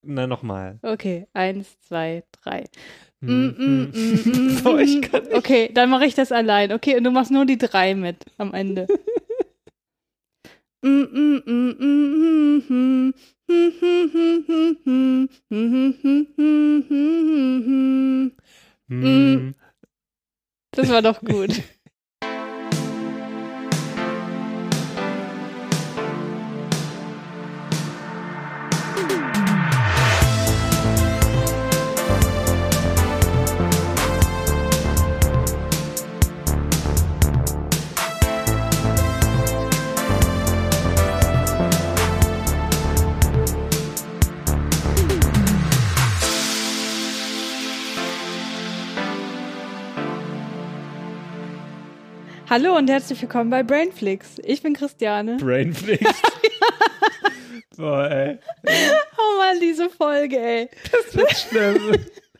Na, nochmal. Okay, 1, 2, 3. So, ich kann nicht. Okay, dann mache ich das allein. Okay, und du machst nur die 3 mit am Ende. Das war doch gut. Hallo und herzlich willkommen bei Brainflix. Ich bin Christiane. Brainflix. Boah, ey. Oh Mann, diese Folge, ey. Das wird schlimm.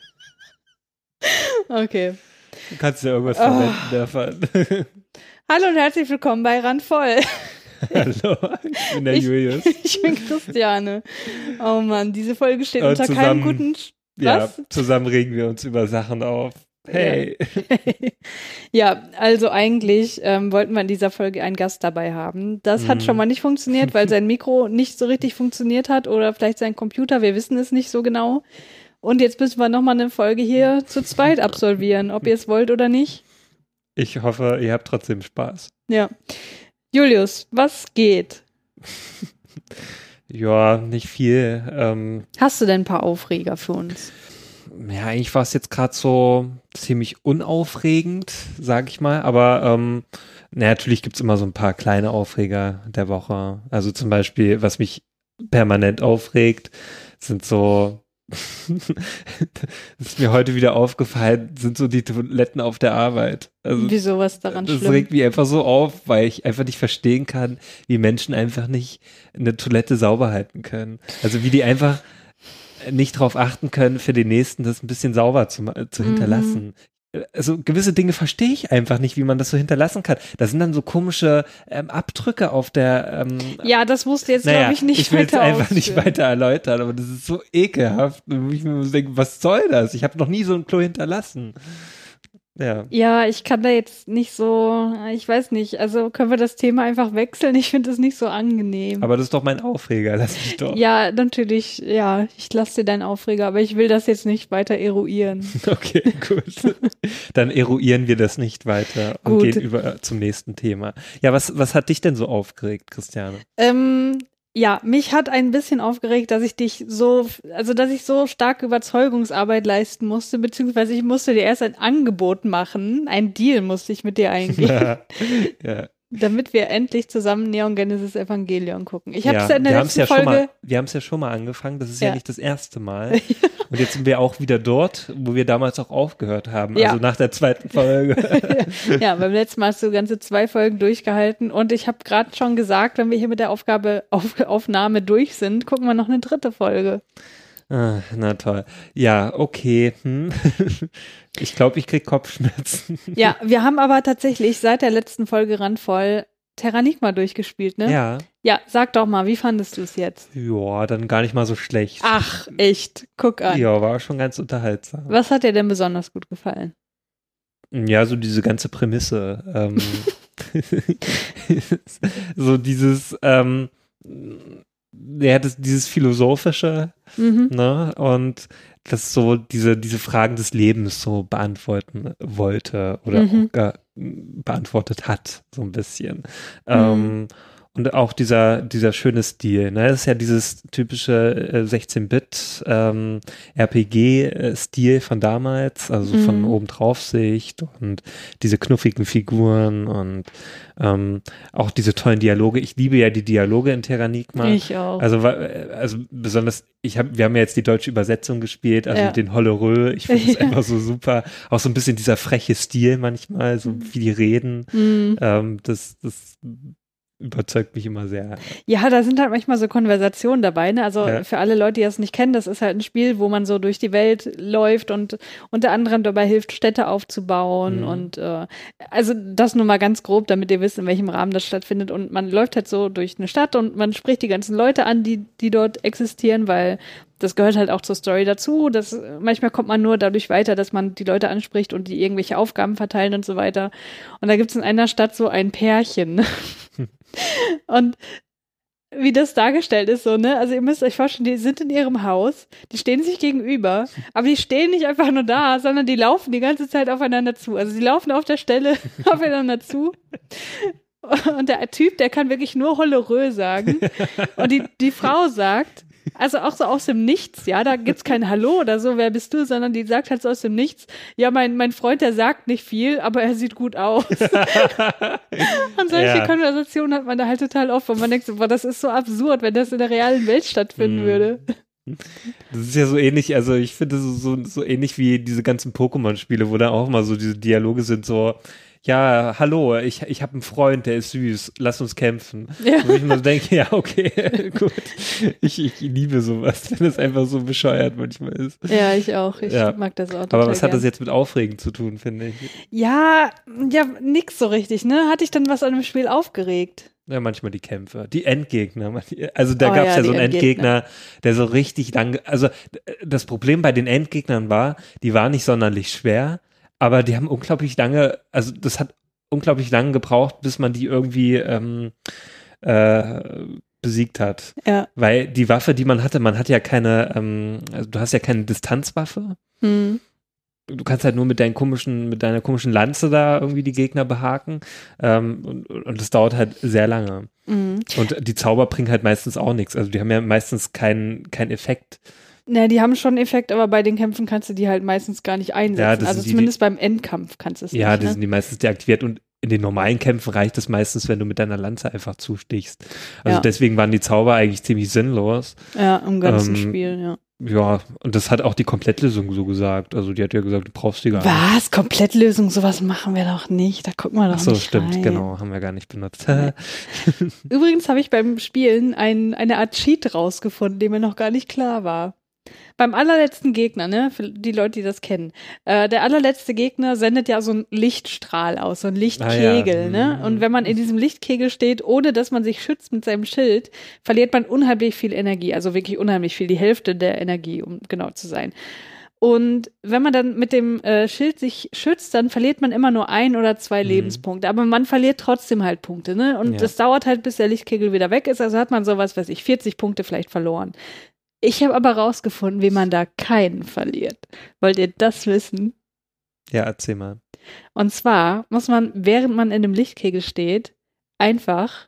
Okay. Du kannst ja irgendwas verwenden davon. Hallo und herzlich willkommen bei Randvoll. Hallo, ich bin der Julius. Ich bin Christiane. Oh Mann, diese Folge steht unter keinem guten... Was? Ja, zusammen regen wir uns über Sachen auf. Hey. Ja, also eigentlich wollten wir in dieser Folge einen Gast dabei haben. Das hat schon mal nicht funktioniert, weil sein Mikro nicht so richtig funktioniert hat oder vielleicht sein Computer, wir wissen es nicht so genau. Und jetzt müssen wir nochmal eine Folge hier zu zweit absolvieren, ob ihr es wollt oder nicht. Ich hoffe, ihr habt trotzdem Spaß. Ja. Julius, was geht? Ja, nicht viel. Hast du denn ein paar Aufreger für uns? Ja, eigentlich war es jetzt gerade so ziemlich unaufregend, sag ich mal, aber natürlich gibt's immer so ein paar kleine Aufreger der Woche. Also zum Beispiel, was mich permanent aufregt, sind so, das ist mir heute wieder aufgefallen, sind so die Toiletten auf der Arbeit. Also, wieso, was daran schlimm? Das regt mich einfach so auf, weil ich einfach nicht verstehen kann, wie Menschen einfach nicht eine Toilette sauber halten können. Also wie die einfach nicht drauf achten können, für den Nächsten das ein bisschen sauber zu hinterlassen. Also gewisse Dinge verstehe ich einfach nicht, wie man das so hinterlassen kann. Da sind dann so komische Abdrücke auf der ja, das musst du jetzt, glaube ich, nicht ich will weiter es einfach nicht weiter erläutern, aber das ist so ekelhaft. Und ich mir so denke, was soll das? Ich habe noch nie so ein Klo hinterlassen. Ja, ich kann da jetzt nicht so, ich weiß nicht, also können wir das Thema einfach wechseln? Ich finde das nicht so angenehm. Aber das ist doch mein Aufreger, lass mich doch. Ja, natürlich, ja, ich lasse dir deinen Aufreger, aber ich will das jetzt nicht weiter eruieren. Okay, gut. Dann eruieren wir das nicht weiter und gehen über zum nächsten Thema. Ja, was hat dich denn so aufgeregt, Christiane? Ja, mich hat ein bisschen aufgeregt, dass ich so stark Überzeugungsarbeit leisten musste, beziehungsweise ich musste dir erst ein Angebot machen, ein Deal musste ich mit dir eingehen, ja. Damit wir endlich zusammen Neon Genesis Evangelion gucken. Ich habe es ja in der letzten Folge... Wir haben es ja schon mal angefangen, das ist ja nicht das erste Mal. Und jetzt sind wir auch wieder dort, wo wir damals auch aufgehört haben, also nach der zweiten Folge. Ja, beim letzten Mal hast du ganze 2 Folgen durchgehalten und ich habe gerade schon gesagt, wenn wir hier mit der Aufnahme durch sind, gucken wir noch eine 3. Folge. Ah, na toll. Ja, okay. Ich glaube, ich krieg Kopfschmerzen. Ja, wir haben aber tatsächlich seit der letzten Folge Randvoll Terranigma durchgespielt, ne? Ja. Ja, sag doch mal, wie fandest du es jetzt? Ja, dann gar nicht mal so schlecht. Ach, echt? Guck an. Ja, war schon ganz unterhaltsam. Was hat dir denn besonders gut gefallen? Ja, so diese ganze Prämisse. So dieses, dieses Philosophische, ne, und das so diese Fragen des Lebens so beantworten wollte oder auch gar beantwortet hat, so ein bisschen. Und auch dieser schöne Stil, ne, das ist ja dieses typische 16-Bit RPG-Stil von damals, also von Obendrauf-Sicht und diese knuffigen Figuren und auch diese tollen Dialoge. Ich liebe ja die Dialoge in Terranigma. Ich auch. Also besonders, wir haben ja jetzt die deutsche Übersetzung gespielt, also den Hollerö, ich finde es einfach so super. Auch so ein bisschen dieser freche Stil manchmal, so wie die reden. Das überzeugt mich immer sehr. Ja, da sind halt manchmal so Konversationen dabei, ne? Also für alle Leute, die das nicht kennen, das ist halt ein Spiel, wo man so durch die Welt läuft und unter anderem dabei hilft, Städte aufzubauen und also das nur mal ganz grob, damit ihr wisst, in welchem Rahmen das stattfindet, und man läuft halt so durch eine Stadt und man spricht die ganzen Leute an, die dort existieren, weil das gehört halt auch zur Story dazu. Manchmal kommt man nur dadurch weiter, dass man die Leute anspricht und die irgendwelche Aufgaben verteilen und so weiter. Und da gibt es in einer Stadt so ein Pärchen. Und wie das dargestellt ist, so, ne? Also ihr müsst euch vorstellen, die sind in ihrem Haus, die stehen sich gegenüber, aber die stehen nicht einfach nur da, sondern die laufen die ganze Zeit aufeinander zu. Also sie laufen auf der Stelle aufeinander zu. Und der Typ, der kann wirklich nur Hollerö sagen. Und die Frau sagt, also auch so aus dem Nichts, ja, da gibt's kein Hallo oder so, wer bist du, sondern die sagt halt so aus dem Nichts, ja, mein Freund, der sagt nicht viel, aber er sieht gut aus. Und solche Konversationen hat man da halt total oft, wo man denkt so, boah, das ist so absurd, wenn das in der realen Welt stattfinden würde. Das ist ja so ähnlich, also ich finde so ähnlich wie diese ganzen Pokémon-Spiele, wo da auch mal so diese Dialoge sind, so, ja, hallo, ich habe einen Freund, der ist süß, lass uns kämpfen. Ja. Wo ich mir so denke, ja, okay, gut. Ich liebe sowas, wenn es einfach so bescheuert manchmal ist. Ja, ich auch. Ich mag das auch total. Aber was hat das jetzt mit Aufregen zu tun, finde ich? Ja, nix so richtig, ne? Hatte ich dann was an dem Spiel aufgeregt? Ja, manchmal die Kämpfe, die Endgegner. Also da gab es ja so einen Endgegner, der so richtig lang, also das Problem bei den Endgegnern war, die waren nicht sonderlich schwer, aber die haben unglaublich lange, also das hat unglaublich lange gebraucht, bis man die irgendwie besiegt hat. Ja. Weil die Waffe, die man hatte ja keine, also du hast ja keine Distanzwaffe. Du kannst halt nur mit deiner komischen Lanze da irgendwie die Gegner behaken. Und das dauert halt sehr lange. Und die Zauber bringen halt meistens auch nichts. Also die haben ja meistens keinen Effekt. Na, die haben schon einen Effekt, aber bei den Kämpfen kannst du die halt meistens gar nicht einsetzen. Ja, also zumindest beim Endkampf kannst du es nicht. Ja, die sind die meistens deaktiviert und in den normalen Kämpfen reicht es meistens, wenn du mit deiner Lanze einfach zustichst. Also deswegen waren die Zauber eigentlich ziemlich sinnlos. Ja, im ganzen Spiel, ja. Ja, und das hat auch die Komplettlösung so gesagt. Also die hat ja gesagt, du brauchst die gar nicht. Was? Komplettlösung? Sowas machen wir doch nicht. Da gucken wir doch nicht rein. Ach so, stimmt, genau. Haben wir gar nicht benutzt. Übrigens habe ich beim Spielen eine Art Cheat rausgefunden, der mir noch gar nicht klar war. Beim allerletzten Gegner, ne, für die Leute, die das kennen, der allerletzte Gegner sendet ja so einen Lichtstrahl aus, so einen Lichtkegel, ne? Und wenn man in diesem Lichtkegel steht, ohne dass man sich schützt mit seinem Schild, verliert man unheimlich viel Energie, also wirklich unheimlich viel, die Hälfte der Energie, um genau zu sein. Und wenn man dann mit dem Schild sich schützt, dann verliert man immer nur 1 oder 2 Lebenspunkte, aber man verliert trotzdem halt Punkte, ne? Und das dauert halt, bis der Lichtkegel wieder weg ist, also hat man sowas, 40 Punkte vielleicht verloren. Ich habe aber rausgefunden, wie man da keinen verliert. Wollt ihr das wissen? Ja, erzähl mal. Und zwar muss man, während man in dem Lichtkegel steht, einfach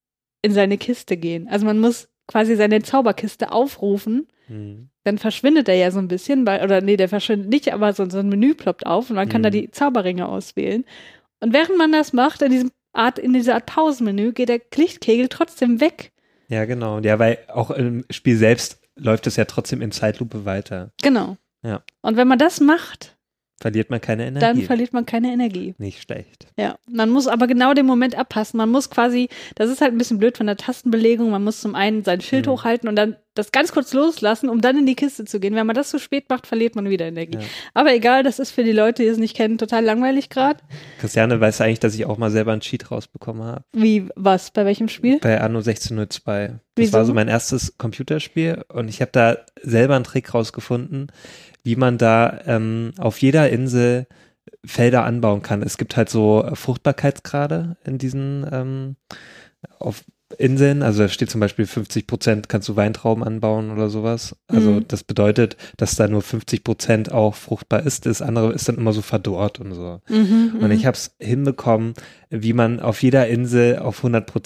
in seine Kiste gehen. Also man muss quasi seine Zauberkiste aufrufen. Dann verschwindet er ja so ein bisschen, der verschwindet nicht, aber so ein Menü ploppt auf und man kann da die Zauberringe auswählen. Und während man das macht, in dieser Art Pausenmenü, geht der Lichtkegel trotzdem weg. Ja, genau. Ja, weil auch im Spiel selbst läuft es ja trotzdem in Zeitlupe weiter. Genau. Ja. Und wenn man das macht, verliert man keine Energie. Dann verliert man keine Energie. Nicht schlecht. Ja, man muss aber genau den Moment abpassen. Man muss quasi, das ist halt ein bisschen blöd von der Tastenbelegung, man muss zum einen sein Schild hochhalten und dann das ganz kurz loslassen, um dann in die Kiste zu gehen. Wenn man das zu spät macht, verliert man wieder Energie. Ja. Aber egal, das ist für die Leute, die es nicht kennen, total langweilig gerade. Christiane weiß eigentlich, dass ich auch mal selber einen Cheat rausbekommen habe. Wie, was? Bei welchem Spiel? Bei Anno 1602. Das Wieso? war so mein erstes Computerspiel und ich habe da selber einen Trick rausgefunden, wie man da auf jeder Insel Felder anbauen kann. Es gibt halt so Fruchtbarkeitsgrade in diesen auf Inseln, also da steht zum Beispiel 50% kannst du Weintrauben anbauen oder sowas. Also das bedeutet, dass da nur 50% auch fruchtbar ist. Das andere ist dann immer so verdorrt und so. Und ich habe es hinbekommen, wie man auf jeder Insel auf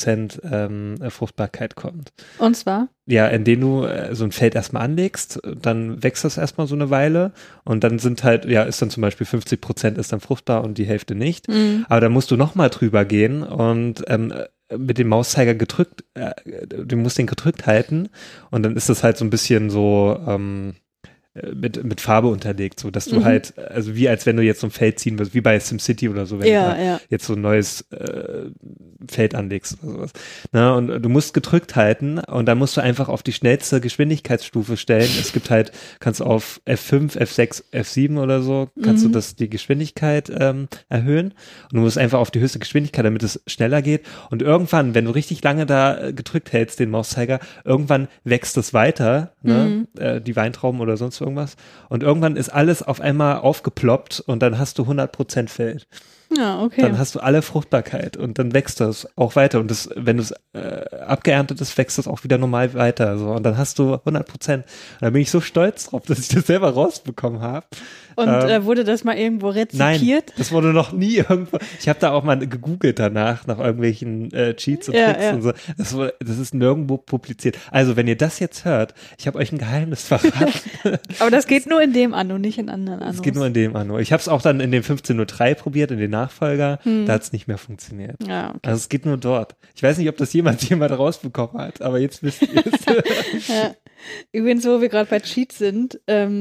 100% Fruchtbarkeit kommt. Und zwar? Ja, indem du so ein Feld erstmal anlegst, dann wächst das erstmal so eine Weile und dann sind halt, ja, ist dann zum Beispiel 50% ist dann fruchtbar und die Hälfte nicht. Aber dann musst du nochmal drüber gehen und mit dem Mauszeiger gedrückt, du musst den gedrückt halten und dann ist das halt so ein bisschen so, mit Farbe unterlegt, so dass du halt, also wie als wenn du jetzt so ein Feld ziehen würdest, wie bei SimCity oder so, wenn du jetzt so ein neues Feld anlegst oder sowas. Na, und du musst gedrückt halten und dann musst du einfach auf die schnellste Geschwindigkeitsstufe stellen. Es gibt halt, kannst du auf F5, F6, F7 oder so, kannst du die Geschwindigkeit erhöhen und du musst einfach auf die höchste Geschwindigkeit, damit es schneller geht. Und irgendwann, wenn du richtig lange da gedrückt hältst, den Mauszeiger, irgendwann wächst es weiter, ne? Die Weintrauben oder sonst irgendwas. Und irgendwann ist alles auf einmal aufgeploppt und dann hast du 100% Feld. Ja, okay. Dann hast du alle Fruchtbarkeit und dann wächst das auch weiter. Und das, wenn du es abgeerntet ist, wächst das auch wieder normal weiter. So. Und dann hast du 100%. Und da bin ich so stolz drauf, dass ich das selber rausbekommen habe. Und wurde das mal irgendwo rezipiert? Nein, das wurde noch nie irgendwo. Ich habe da auch mal gegoogelt danach, nach irgendwelchen Cheats und Tricks und so. Das ist nirgendwo publiziert. Also, wenn ihr das jetzt hört, ich habe euch ein Geheimnis verraten. Aber das geht nur in dem Anno, nicht in anderen Annos. Das geht nur in dem Anno. Ich habe es auch dann in dem 1503 probiert, in den Nachfolger. Da hat es nicht mehr funktioniert. Ja, okay. Also, es geht nur dort. Ich weiß nicht, ob das jemand rausbekommen hat, aber jetzt wisst ihr es. Ja. Übrigens, wo wir gerade bei Cheats sind,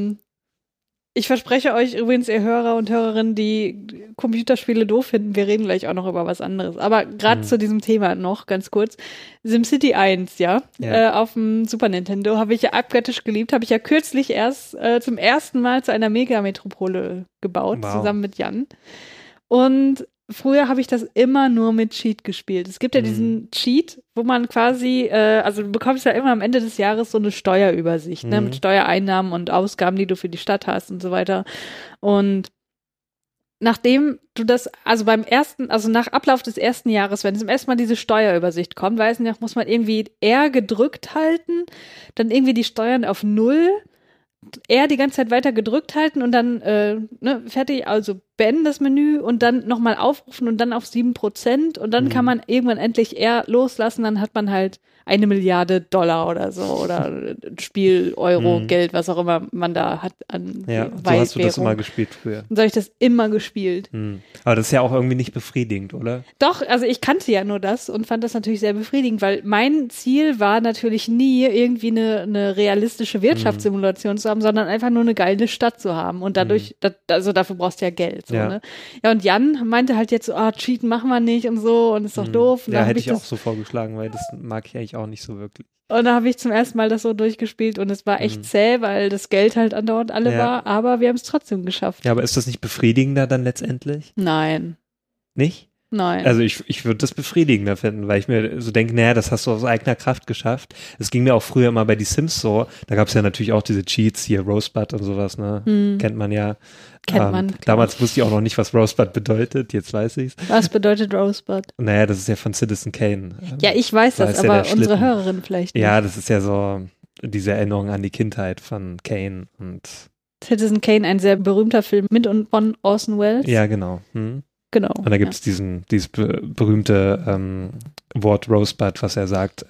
ich verspreche euch übrigens, ihr Hörer und Hörerinnen, die Computerspiele doof finden, wir reden gleich auch noch über was anderes. Aber gerade zu diesem Thema noch ganz kurz. SimCity 1, auf dem Super Nintendo habe ich ja abgöttisch geliebt, habe ich ja kürzlich erst zum ersten Mal zu einer Megametropole gebaut, zusammen mit Jan. Und früher habe ich das immer nur mit Cheat gespielt. Es gibt ja diesen Cheat, wo man quasi, also du bekommst ja immer am Ende des Jahres so eine Steuerübersicht, ne, mit Steuereinnahmen und Ausgaben, die du für die Stadt hast und so weiter. Und nachdem du das, also nach Ablauf des ersten Jahres, wenn zum ersten Mal diese Steuerübersicht kommt, muss man irgendwie R gedrückt halten, dann irgendwie die Steuern auf 0, R die ganze Zeit weiter gedrückt halten und dann fertig, also beenden das Menü und dann nochmal aufrufen und dann auf 7% und dann kann man irgendwann endlich R loslassen, dann hat man halt 1 Milliarde $1 oder so oder Spiel, Euro, Geld, was auch immer man da hat an so hast du das immer gespielt früher. Und so habe ich das immer gespielt. Aber das ist ja auch irgendwie nicht befriedigend, oder? Doch, also ich kannte ja nur das und fand das natürlich sehr befriedigend, weil mein Ziel war natürlich nie irgendwie eine realistische Wirtschaftssimulation zu haben, sondern einfach nur eine geile Stadt zu haben und dadurch, also dafür brauchst du ja Geld. So, ne? Ja, und Jan meinte halt jetzt so, Cheaten machen wir nicht und so und ist doch doof. Und ja, hätte ich auch so vorgeschlagen, weil das mag ich eigentlich auch nicht so wirklich. Und da habe ich zum ersten Mal das so durchgespielt und es war echt zäh, weil das Geld halt andauernd alle war, aber wir haben es trotzdem geschafft. Ja, aber ist das nicht befriedigender dann letztendlich? Nein. Nicht? Nein. Also ich würde das befriedigender finden, weil ich mir so denke, naja, das hast du aus eigener Kraft geschafft. Es ging mir auch früher immer bei die Sims so, da gab es ja natürlich auch diese Cheats hier, Rosebud und sowas, ne? Kennt man ja. Kennt man. Damals wusste ich auch noch nicht, was Rosebud bedeutet, jetzt weiß ich's. Was bedeutet Rosebud? Naja, das ist ja von Citizen Kane. Ja, ich weiß das, aber unsere Hörerin vielleicht nicht. Ja, das ist ja so diese Erinnerung an die Kindheit von Kane und Citizen Kane, ein sehr berühmter Film mit und von Orson Welles. Ja, genau. Genau. Und da gibt es dieses berühmte Wort Rosebud, was er sagt.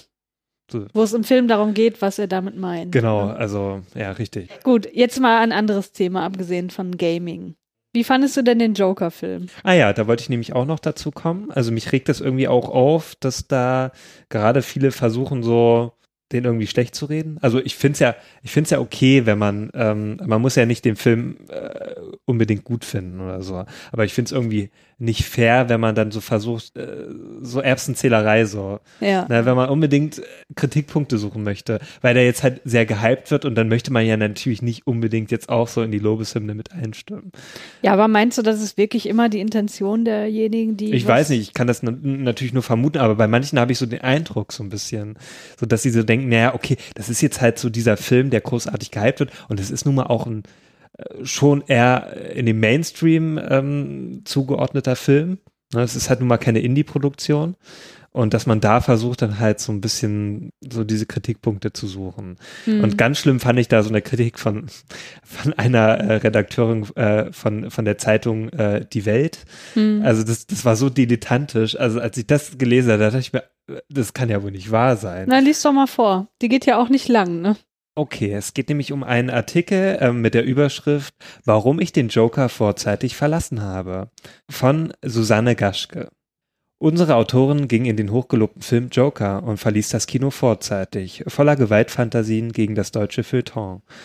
Wo es im Film darum geht, was er damit meint. Genau, also ja, richtig. Gut, jetzt mal ein anderes Thema, abgesehen von Gaming. Wie fandest du denn den Joker-Film? Ah ja, da wollte ich nämlich auch noch dazu kommen. Also mich regt das irgendwie auch auf, dass da gerade viele versuchen so den irgendwie schlecht zu reden. Also ich find's ja okay, wenn man muss ja nicht den Film unbedingt gut finden oder so. Aber ich find's irgendwie nicht fair, wenn man dann so versucht, so Erbsenzählerei so. Ja. Na, wenn man unbedingt Kritikpunkte suchen möchte, weil der jetzt halt sehr gehypt wird und dann möchte man ja natürlich nicht unbedingt jetzt auch so in die Lobeshymne mit einstimmen. Ja, aber meinst du, das ist wirklich immer die Intention derjenigen, die... Ich weiß nicht, ich kann das natürlich nur vermuten, aber bei manchen habe ich so den Eindruck so ein bisschen, so dass sie so denken, naja, okay, das ist jetzt halt so dieser Film, der großartig gehypt wird und es ist nun mal auch ein schon eher in dem Mainstream zugeordneter Film. Es ist halt nun mal keine Indie-Produktion. Und dass man da versucht, dann halt so ein bisschen so diese Kritikpunkte zu suchen. Und ganz schlimm fand ich da so eine Kritik von einer Redakteurin von der Zeitung Die Welt. Also das war so dilettantisch. Also als ich das gelesen habe, da dachte ich mir, das kann ja wohl nicht wahr sein. Na, lies doch mal vor. Die geht ja auch nicht lang, ne? Okay, es geht nämlich um einen Artikel mit der Überschrift Warum ich den Joker vorzeitig verlassen habe von Susanne Gaschke. Unsere Autorin ging in den hochgelobten Film Joker und verließ das Kino vorzeitig, voller Gewaltfantasien gegen das deutsche Feuilleton.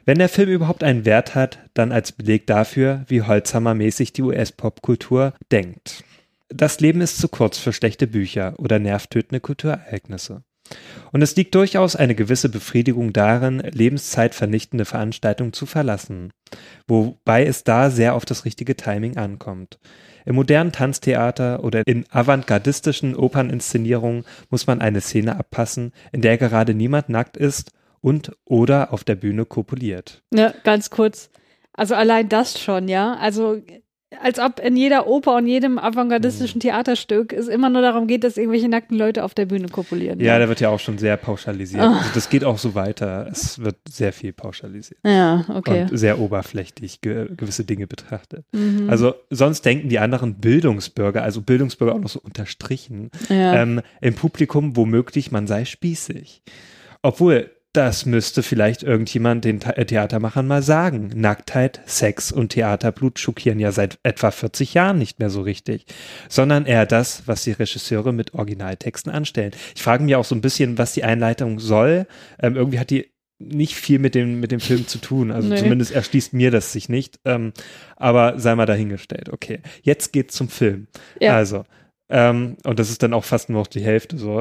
Wenn der Film überhaupt einen Wert hat, dann als Beleg dafür, wie Holzhammer-mäßig die US-Popkultur denkt. Das Leben ist zu kurz für schlechte Bücher oder nervtötende Kulturereignisse. Und es liegt durchaus eine gewisse Befriedigung darin, lebenszeitvernichtende Veranstaltungen zu verlassen, wobei es da sehr auf das richtige Timing ankommt. Im modernen Tanztheater oder in avantgardistischen Operninszenierungen muss man eine Szene abpassen, in der gerade niemand nackt ist und oder auf der Bühne kopuliert. Ja, ganz kurz. Also allein das schon, ja. Also als ob in jeder Oper und jedem avantgardistischen Theaterstück es immer nur darum geht, dass irgendwelche nackten Leute auf der Bühne kopulieren. Ja, da wird ja auch schon sehr pauschalisiert. Also das geht auch so weiter. Es wird sehr viel pauschalisiert. Ja, okay. Und sehr oberflächlich gewisse Dinge betrachtet. Also sonst denken die anderen Bildungsbürger, also Bildungsbürger auch noch so unterstrichen, im Publikum womöglich, man sei spießig. Obwohl, das müsste vielleicht irgendjemand den Theatermachern mal sagen. Nacktheit, Sex und Theaterblut schockieren ja seit etwa 40 Jahren nicht mehr so richtig, sondern eher das, was die Regisseure mit Originaltexten anstellen. Ich frage mich auch so ein bisschen, was die Einleitung soll. Irgendwie hat die nicht viel mit dem Film zu tun. Also zumindest erschließt mir das sich nicht. Aber sei mal dahingestellt. Okay, jetzt geht's zum Film. Ja. Also, und das ist dann auch fast nur noch die Hälfte so.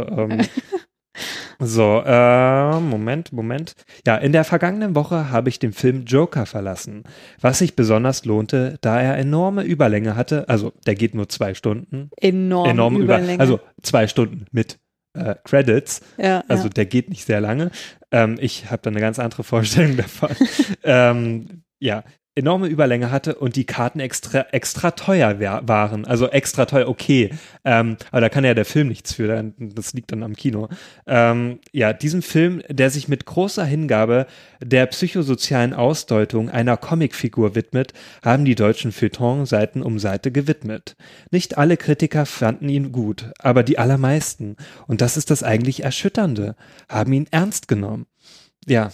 Moment. Ja, in der vergangenen Woche habe ich den Film Joker verlassen, was sich besonders lohnte, da er enorme Überlänge hatte. Also, der geht nur 2 Stunden. Enorme Überlänge. Also 2 Stunden mit Credits. Ja, also, der geht nicht sehr lange. Ich habe da eine ganz andere Vorstellung davon. Ja, enorme Überlänge hatte und die Karten extra teuer waren. Also extra teuer, okay. Aber da kann ja der Film nichts für, das liegt dann am Kino. Ja, diesen Film, der sich mit großer Hingabe der psychosozialen Ausdeutung einer Comicfigur widmet, haben die deutschen Feuilleton Seiten um Seite gewidmet. Nicht alle Kritiker fanden ihn gut, aber die allermeisten, und das ist das eigentlich Erschütternde, haben ihn ernst genommen. Ja.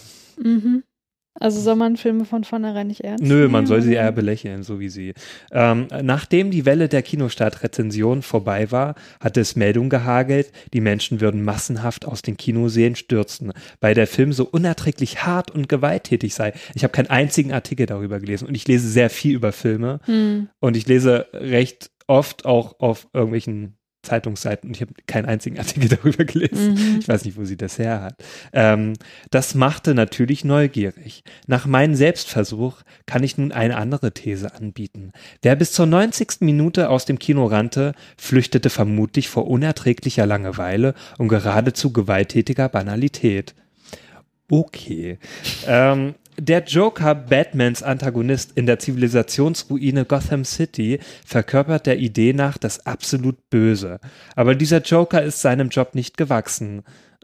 Also soll man Filme von vornherein nicht ernst nehmen? Nö, man soll oder? sie eher belächeln, so wie sie. Nachdem die Welle der Kinostart-Rezension vorbei war, hatte es Meldungen gehagelt, die Menschen würden massenhaft aus den Kinosälen stürzen, weil der Film so unerträglich hart und gewalttätig sei. Ich habe keinen einzigen Artikel darüber gelesen und ich lese sehr viel über Filme und ich lese recht oft auch auf irgendwelchen Zeitungsseiten und ich habe keinen einzigen Artikel darüber gelesen. Ich weiß nicht, wo sie das her hat. Das machte natürlich neugierig. Nach meinem Selbstversuch kann ich nun eine andere These anbieten. Wer bis zur 90. Minute aus dem Kino rannte, flüchtete vermutlich vor unerträglicher Langeweile und geradezu gewalttätiger Banalität. Okay. Der Joker, Batmans Antagonist in der Zivilisationsruine Gotham City, verkörpert der Idee nach das absolut Böse. Aber dieser Joker ist seinem Job nicht gewachsen.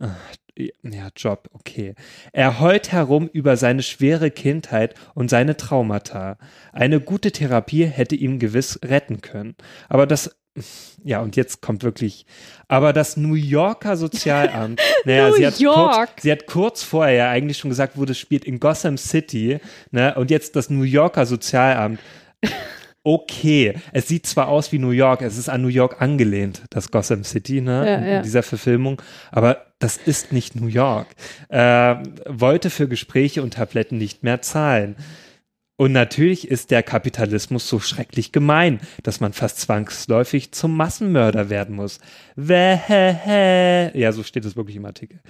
Ja, Job, okay. Er heult herum über seine schwere Kindheit und seine Traumata. Eine gute Therapie hätte ihn gewiss retten können. Aber das und jetzt kommt wirklich, aber das New Yorker Sozialamt, naja, sie hat kurz vorher ja eigentlich schon gesagt, wo das spielt, in Gotham City, ne, und jetzt das New Yorker Sozialamt. Okay, es sieht zwar aus wie New York, es ist an New York angelehnt, das Gotham City, ne, in dieser Verfilmung, aber das ist nicht New York. Wollte für Gespräche und Tabletten nicht mehr zahlen. Und natürlich ist der Kapitalismus so schrecklich gemein, dass man fast zwangsläufig zum Massenmörder werden muss. Ja, so steht es wirklich im Artikel.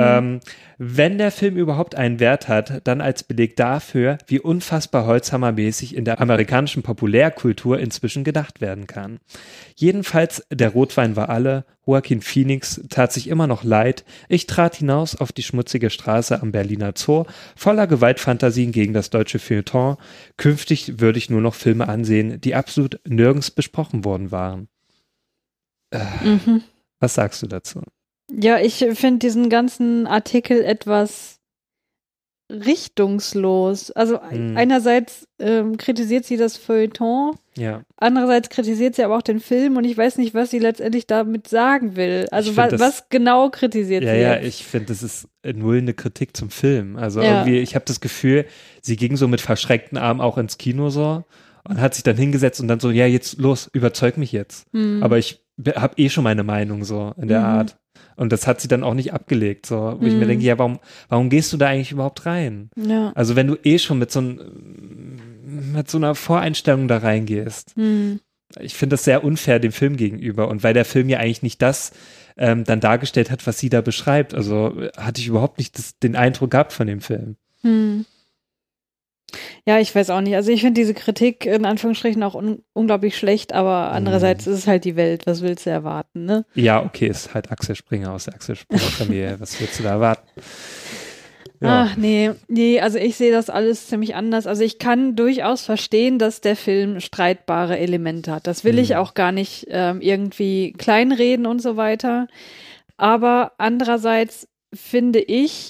Wenn der Film überhaupt einen Wert hat, dann als Beleg dafür, wie unfassbar Holzhammermäßig in der amerikanischen Populärkultur inzwischen gedacht werden kann. Jedenfalls, der Rotwein war alle, Joaquin Phoenix tat sich immer noch leid, ich trat hinaus auf die schmutzige Straße am Berliner Zoo, voller Gewaltfantasien gegen das deutsche Feuilleton. Künftig würde ich nur noch Filme ansehen, die absolut nirgends besprochen worden waren. Was sagst du dazu? Ja, ich finde diesen ganzen Artikel etwas richtungslos. Also einerseits kritisiert sie das Feuilleton, andererseits kritisiert sie aber auch den Film und ich weiß nicht, was sie letztendlich damit sagen will. Also was genau kritisiert sie? Ja, ich finde, das ist null eine Kritik zum Film. Also irgendwie, ich habe das Gefühl, sie ging so mit verschränkten Armen auch ins Kino so und hat sich dann hingesetzt und dann so, ja, jetzt los, überzeug mich jetzt. Aber ich habe schon meine Meinung so in der Art. Und das hat sie dann auch nicht abgelegt, so, wo ich mir denke, ja, warum gehst du da eigentlich überhaupt rein? Ja. Also wenn du eh schon mit so einer Voreinstellung da reingehst. Ich finde das sehr unfair dem Film gegenüber. Und weil der Film ja eigentlich nicht das dann dargestellt hat, was sie da beschreibt. Also hatte ich überhaupt nicht den Eindruck gehabt von dem Film. Ja, ich weiß auch nicht. Also ich finde diese Kritik in Anführungsstrichen auch unglaublich schlecht, aber andererseits ist es halt die Welt. Was willst du erwarten, ne? Ja, okay, ist halt Axel Springer aus der Axel Springer-Familie. Was willst du da erwarten? Ja. Ach, nee, also ich sehe das alles ziemlich anders. Also ich kann durchaus verstehen, dass der Film streitbare Elemente hat. Das will ich auch gar nicht irgendwie kleinreden und so weiter. Aber andererseits finde ich,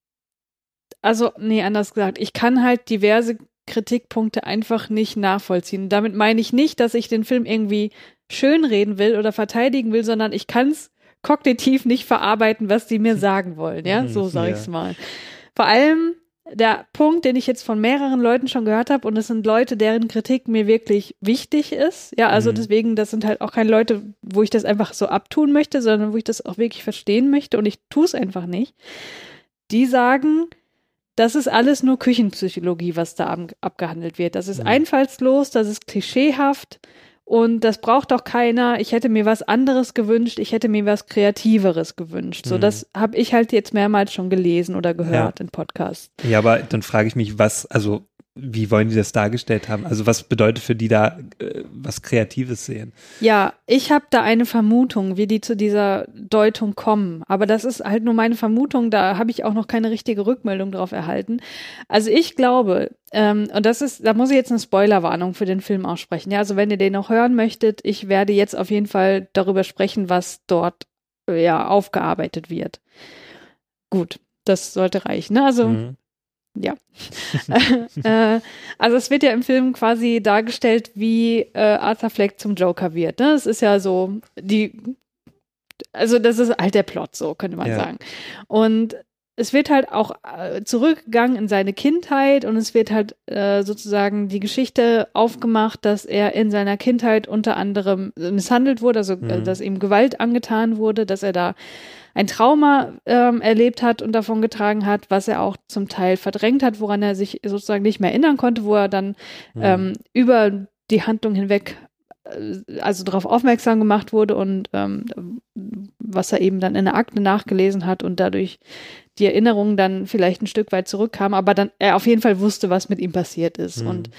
anders gesagt, ich kann halt diverse Kritikpunkte einfach nicht nachvollziehen. Damit meine ich nicht, dass ich den Film irgendwie schönreden will oder verteidigen will, sondern ich kann es kognitiv nicht verarbeiten, was die mir sagen wollen, ja, so sage ich es mal. Vor allem der Punkt, den ich jetzt von mehreren Leuten schon gehört habe, und es sind Leute, deren Kritik mir wirklich wichtig ist, ja, also deswegen, das sind halt auch keine Leute, wo ich das einfach so abtun möchte, sondern wo ich das auch wirklich verstehen möchte und ich tue es einfach nicht. Die sagen, das ist alles nur Küchenpsychologie, was da abgehandelt wird. Das ist einfallslos, das ist klischeehaft und das braucht auch keiner. Ich hätte mir was anderes gewünscht, ich hätte mir was Kreativeres gewünscht. So, das habe ich halt jetzt mehrmals schon gelesen oder gehört in Podcasts. Ja, aber dann frage ich mich, wie wollen die das dargestellt haben? Also was bedeutet für die da was Kreatives sehen? Ja, ich habe da eine Vermutung, wie die zu dieser Deutung kommen. Aber das ist halt nur meine Vermutung, da habe ich auch noch keine richtige Rückmeldung drauf erhalten. Also ich glaube, und da muss ich jetzt eine Spoilerwarnung für den Film aussprechen. Ja, also wenn ihr den noch hören möchtet, ich werde jetzt auf jeden Fall darüber sprechen, was dort aufgearbeitet wird. Gut, das sollte reichen, ne? Also ja. Also es wird ja im Film quasi dargestellt, wie Arthur Fleck zum Joker wird. Ne? Es ist ja so also das ist halt der Plot, so könnte man sagen. Und es wird halt auch zurückgegangen in seine Kindheit und es wird halt sozusagen die Geschichte aufgemacht, dass er in seiner Kindheit unter anderem misshandelt wurde, also dass ihm Gewalt angetan wurde, dass er da ein Trauma erlebt hat und davon getragen hat, was er auch zum Teil verdrängt hat, woran er sich sozusagen nicht mehr erinnern konnte, wo er dann über die Handlung hinweg also darauf aufmerksam gemacht wurde und was er eben dann in der Akte nachgelesen hat und dadurch die Erinnerungen dann vielleicht ein Stück weit zurückkamen, aber dann er auf jeden Fall wusste, was mit ihm passiert ist. Und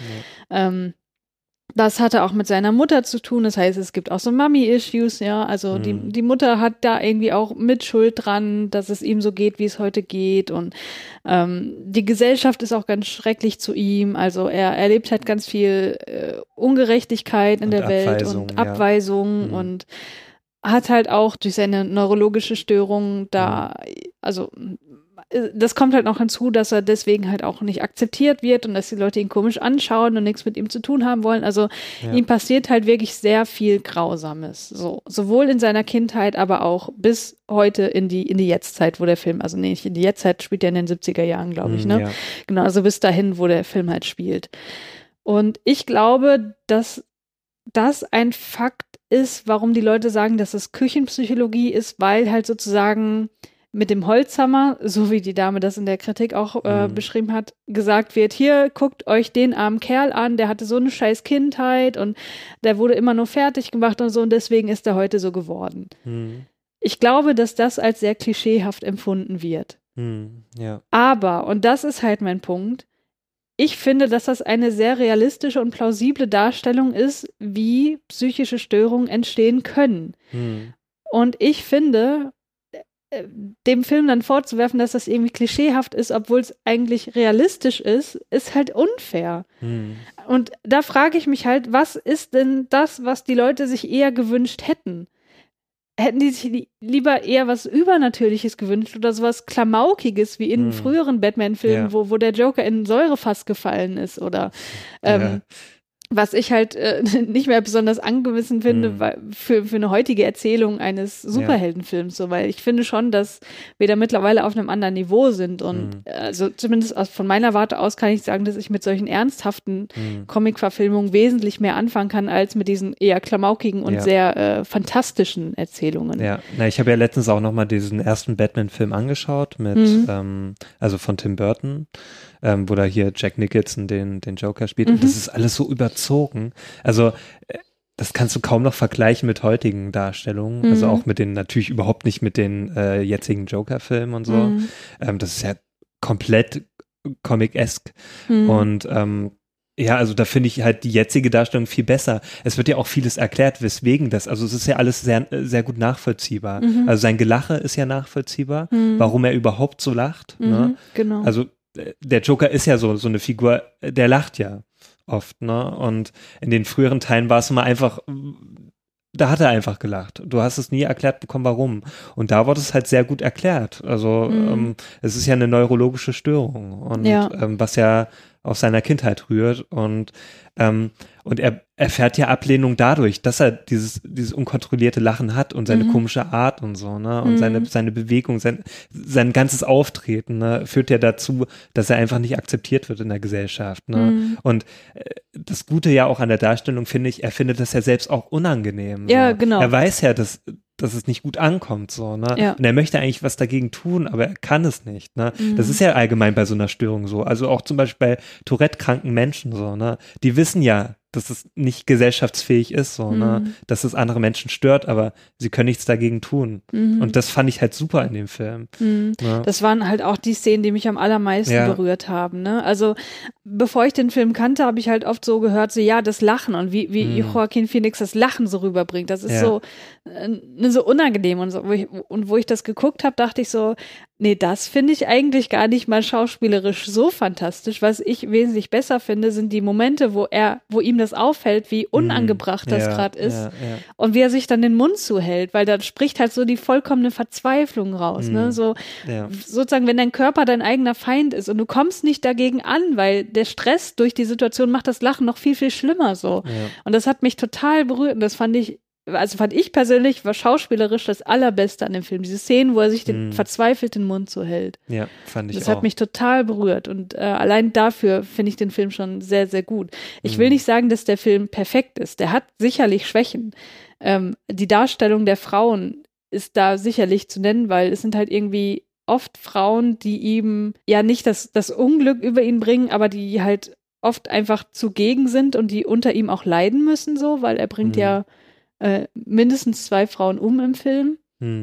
das hatte auch mit seiner Mutter zu tun. Das heißt, es gibt auch so Mommy-Issues, ja. Also die Mutter hat da irgendwie auch Mitschuld dran, dass es ihm so geht, wie es heute geht. Und die Gesellschaft ist auch ganz schrecklich zu ihm. Also er erlebt halt ganz viel Ungerechtigkeit in der Welt und Abweisung und hat halt auch durch seine neurologische Störung da, also das kommt halt noch hinzu, dass er deswegen halt auch nicht akzeptiert wird und dass die Leute ihn komisch anschauen und nichts mit ihm zu tun haben wollen. Also ihm passiert halt wirklich sehr viel Grausames. So, sowohl in seiner Kindheit, aber auch bis heute in die Jetztzeit, wo der Film, also nicht in die Jetztzeit, spielt er in den 70er Jahren, glaube ich, ne? Ja. Genau, also bis dahin, wo der Film halt spielt. Und ich glaube, dass das ein Fakt ist, warum die Leute sagen, dass es Küchenpsychologie ist, weil halt sozusagen mit dem Holzhammer, so wie die Dame das in der Kritik auch beschrieben hat, gesagt wird, hier, guckt euch den armen Kerl an, der hatte so eine scheiß Kindheit und der wurde immer nur fertig gemacht und so und deswegen ist er heute so geworden. Ich glaube, dass das als sehr klischeehaft empfunden wird. Ja. Aber, und das ist halt mein Punkt, ich finde, dass das eine sehr realistische und plausible Darstellung ist, wie psychische Störungen entstehen können. Und ich finde, dem Film dann vorzuwerfen, dass das irgendwie klischeehaft ist, obwohl es eigentlich realistisch ist halt unfair. Und da frage ich mich halt, was ist denn das, was die Leute sich eher gewünscht hätten? Hätten die sich lieber eher was Übernatürliches gewünscht oder sowas Klamaukiges wie in früheren Batman-Filmen, wo der Joker in ein Säurefass gefallen ist oder was ich halt nicht mehr besonders angemessen finde, weil für eine heutige Erzählung eines Superheldenfilms, so, weil ich finde schon, dass wir da mittlerweile auf einem anderen Niveau sind und also zumindest von meiner Warte aus kann ich sagen, dass ich mit solchen ernsthaften Comic-Verfilmungen wesentlich mehr anfangen kann, als mit diesen eher klamaukigen und sehr fantastischen Erzählungen. Ja, ich habe ja letztens auch nochmal diesen ersten Batman-Film angeschaut mit, also von Tim Burton, wo da hier Jack Nicholson den Joker spielt. Und das ist alles so überzogen. Also das kannst du kaum noch vergleichen mit heutigen Darstellungen. Also auch mit den, natürlich überhaupt nicht mit den jetzigen Joker-Filmen und so. Das ist ja komplett comic-esque. Und ja, also da finde ich halt die jetzige Darstellung viel besser. Es wird ja auch vieles erklärt, weswegen das, also es ist ja alles sehr, sehr gut nachvollziehbar. Also sein Gelache ist ja nachvollziehbar, warum er überhaupt so lacht. Ne? Genau. Also der Joker ist ja so eine Figur, der lacht ja oft, ne? Und in den früheren Teilen war es immer einfach, da hat er einfach gelacht. Du hast es nie erklärt bekommen, warum. Und da wurde es halt sehr gut erklärt. Also es ist ja eine neurologische Störung und was ja aus seiner Kindheit rührt und er erfährt ja Ablehnung dadurch, dass er dieses unkontrollierte Lachen hat und seine komische Art und so, ne, und seine Bewegung, sein ganzes Auftreten, ne, führt ja dazu, dass er einfach nicht akzeptiert wird in der Gesellschaft, ne, und das Gute ja auch an der Darstellung finde ich, er findet das ja selbst auch unangenehm. Ja, so. genau. Er weiß ja, dass es nicht gut ankommt, so, ne? Ja. Und er möchte eigentlich was dagegen tun, aber er kann es nicht, ne? Das ist ja allgemein bei so einer Störung so. Also auch zum Beispiel bei Tourette-kranken Menschen, so, ne? Die wissen ja, dass es nicht gesellschaftsfähig ist, so, ne? Dass es andere Menschen stört, aber sie können nichts dagegen tun. Und das fand ich halt super in dem Film. Ne? Das waren halt auch die Szenen, die mich am allermeisten berührt haben, ne? Also, bevor ich den Film kannte, habe ich halt oft so gehört, so, ja, das Lachen und wie Joaquin Phoenix das Lachen so rüberbringt, das ist so unangenehm und so. Wo ich das geguckt habe, dachte ich so, nee, das finde ich eigentlich gar nicht mal schauspielerisch so fantastisch. Was ich wesentlich besser finde, sind die Momente, wo ihm das auffällt, wie unangebracht das gerade ist und wie er sich dann den Mund zuhält, weil da spricht halt so die vollkommene Verzweiflung raus, ne? So sozusagen, wenn dein Körper dein eigener Feind ist und du kommst nicht dagegen an, weil der Stress durch die Situation macht das Lachen noch viel, viel schlimmer so. Und das hat mich total berührt und das fand ich persönlich, war schauspielerisch das Allerbeste an dem Film. Diese Szenen, wo er sich den verzweifelten Mund so hält. Ja, fand ich auch. Das hat mich total berührt und allein dafür finde ich den Film schon sehr, sehr gut. Ich will nicht sagen, dass der Film perfekt ist. Der hat sicherlich Schwächen. Die Darstellung der Frauen ist da sicherlich zu nennen, weil es sind halt irgendwie oft Frauen, die ihm ja nicht das Unglück über ihn bringen, aber die halt oft einfach zugegen sind und die unter ihm auch leiden müssen so, weil er bringt ja mindestens 2 Frauen im Film.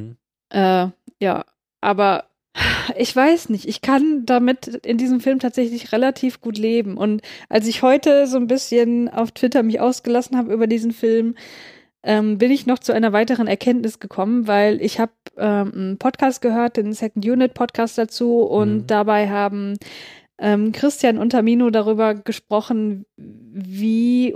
Ja, aber ich weiß nicht, ich kann damit in diesem Film tatsächlich relativ gut leben. Und als ich heute so ein bisschen auf Twitter mich ausgelassen habe über diesen Film, bin ich noch zu einer weiteren Erkenntnis gekommen, weil ich habe einen Podcast gehört, den Second Unit Podcast dazu und dabei haben Christian und Tamino darüber gesprochen, wie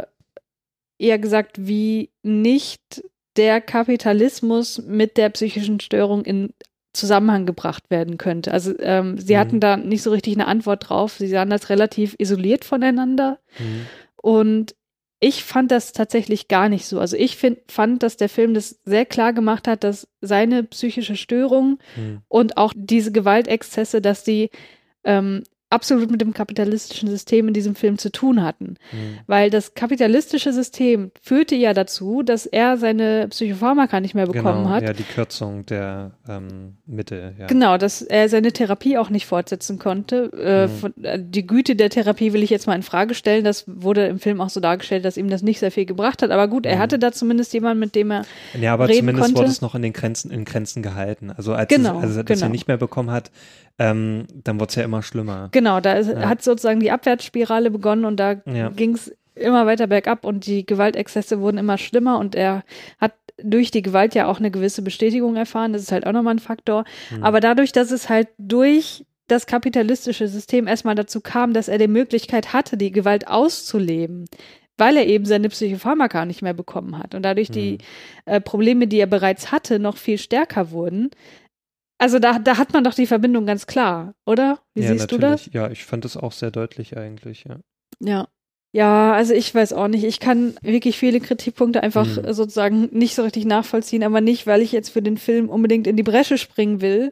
nicht der Kapitalismus mit der psychischen Störung in Zusammenhang gebracht werden könnte. Also sie hatten da nicht so richtig eine Antwort drauf. Sie sahen das relativ isoliert voneinander. Und ich fand das tatsächlich gar nicht so. Also ich fand, dass der Film das sehr klar gemacht hat, dass seine psychische Störung und auch diese Gewaltexzesse, dass die absolut mit dem kapitalistischen System in diesem Film zu tun hatten. Weil das kapitalistische System führte ja dazu, dass er seine Psychopharmaka nicht mehr bekommen hat. Ja, die Kürzung der Mittel. Ja. Genau, dass er seine Therapie auch nicht fortsetzen konnte. Die Güte der Therapie will ich jetzt mal in Frage stellen. Das wurde im Film auch so dargestellt, dass ihm das nicht sehr viel gebracht hat. Aber gut, er hatte da zumindest jemanden, mit dem er ja, aber reden zumindest konnte. Wurde es noch in Grenzen gehalten. Also als er das ja nicht mehr bekommen hat, dann wurde es ja immer schlimmer. Genau, da hat sozusagen die Abwärtsspirale begonnen und da ging es immer weiter bergab und die Gewaltexzesse wurden immer schlimmer und er hat durch die Gewalt ja auch eine gewisse Bestätigung erfahren. Das ist halt auch nochmal ein Faktor. Aber dadurch, dass es halt durch das kapitalistische System erstmal dazu kam, dass er die Möglichkeit hatte, die Gewalt auszuleben, weil er eben seine Psychopharmaka nicht mehr bekommen hat und dadurch die Probleme, die er bereits hatte, noch viel stärker wurden. Also da hat man doch die Verbindung ganz klar, oder? Wie siehst du das? Ja, ich fand das auch sehr deutlich eigentlich, ja. Ja. Ja, also ich weiß auch nicht. Ich kann wirklich viele Kritikpunkte einfach sozusagen nicht so richtig nachvollziehen, aber nicht, weil ich jetzt für den Film unbedingt in die Bresche springen will,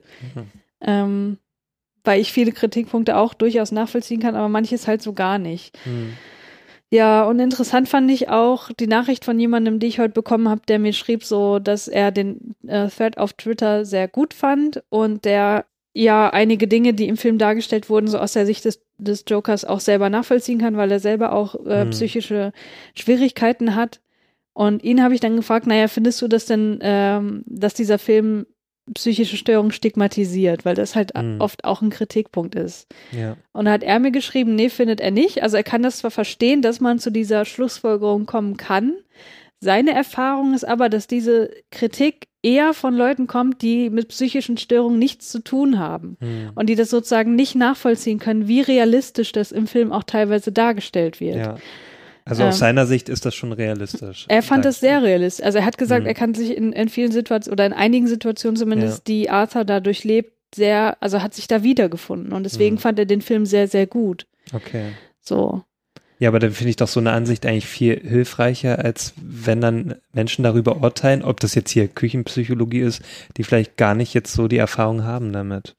weil ich viele Kritikpunkte auch durchaus nachvollziehen kann, aber manches halt so gar nicht. Ja, und interessant fand ich auch die Nachricht von jemandem, die ich heute bekommen habe, der mir schrieb so, dass er den Thread auf Twitter sehr gut fand und der ja einige Dinge, die im Film dargestellt wurden, so aus der Sicht des Jokers auch selber nachvollziehen kann, weil er selber auch psychische Schwierigkeiten hat. Und ihn habe ich dann gefragt, naja, findest du das denn, dass dieser Film psychische Störungen stigmatisiert, weil das halt oft auch ein Kritikpunkt ist. Ja. Und da hat er mir geschrieben, nee, findet er nicht. Also er kann das zwar verstehen, dass man zu dieser Schlussfolgerung kommen kann. Seine Erfahrung ist aber, dass diese Kritik eher von Leuten kommt, die mit psychischen Störungen nichts zu tun haben und die das sozusagen nicht nachvollziehen können, wie realistisch das im Film auch teilweise dargestellt wird. Ja. Also aus seiner Sicht ist das schon realistisch. Er fand das sehr realistisch. Also er hat gesagt, er kann sich in vielen Situationen oder in einigen Situationen zumindest, die Arthur da durchlebt, also hat sich da wiedergefunden und deswegen fand er den Film sehr, sehr gut. Okay. So. Ja, aber dann finde ich doch so eine Ansicht eigentlich viel hilfreicher, als wenn dann Menschen darüber urteilen, ob das jetzt hier Küchenpsychologie ist, die vielleicht gar nicht jetzt so die Erfahrung haben damit.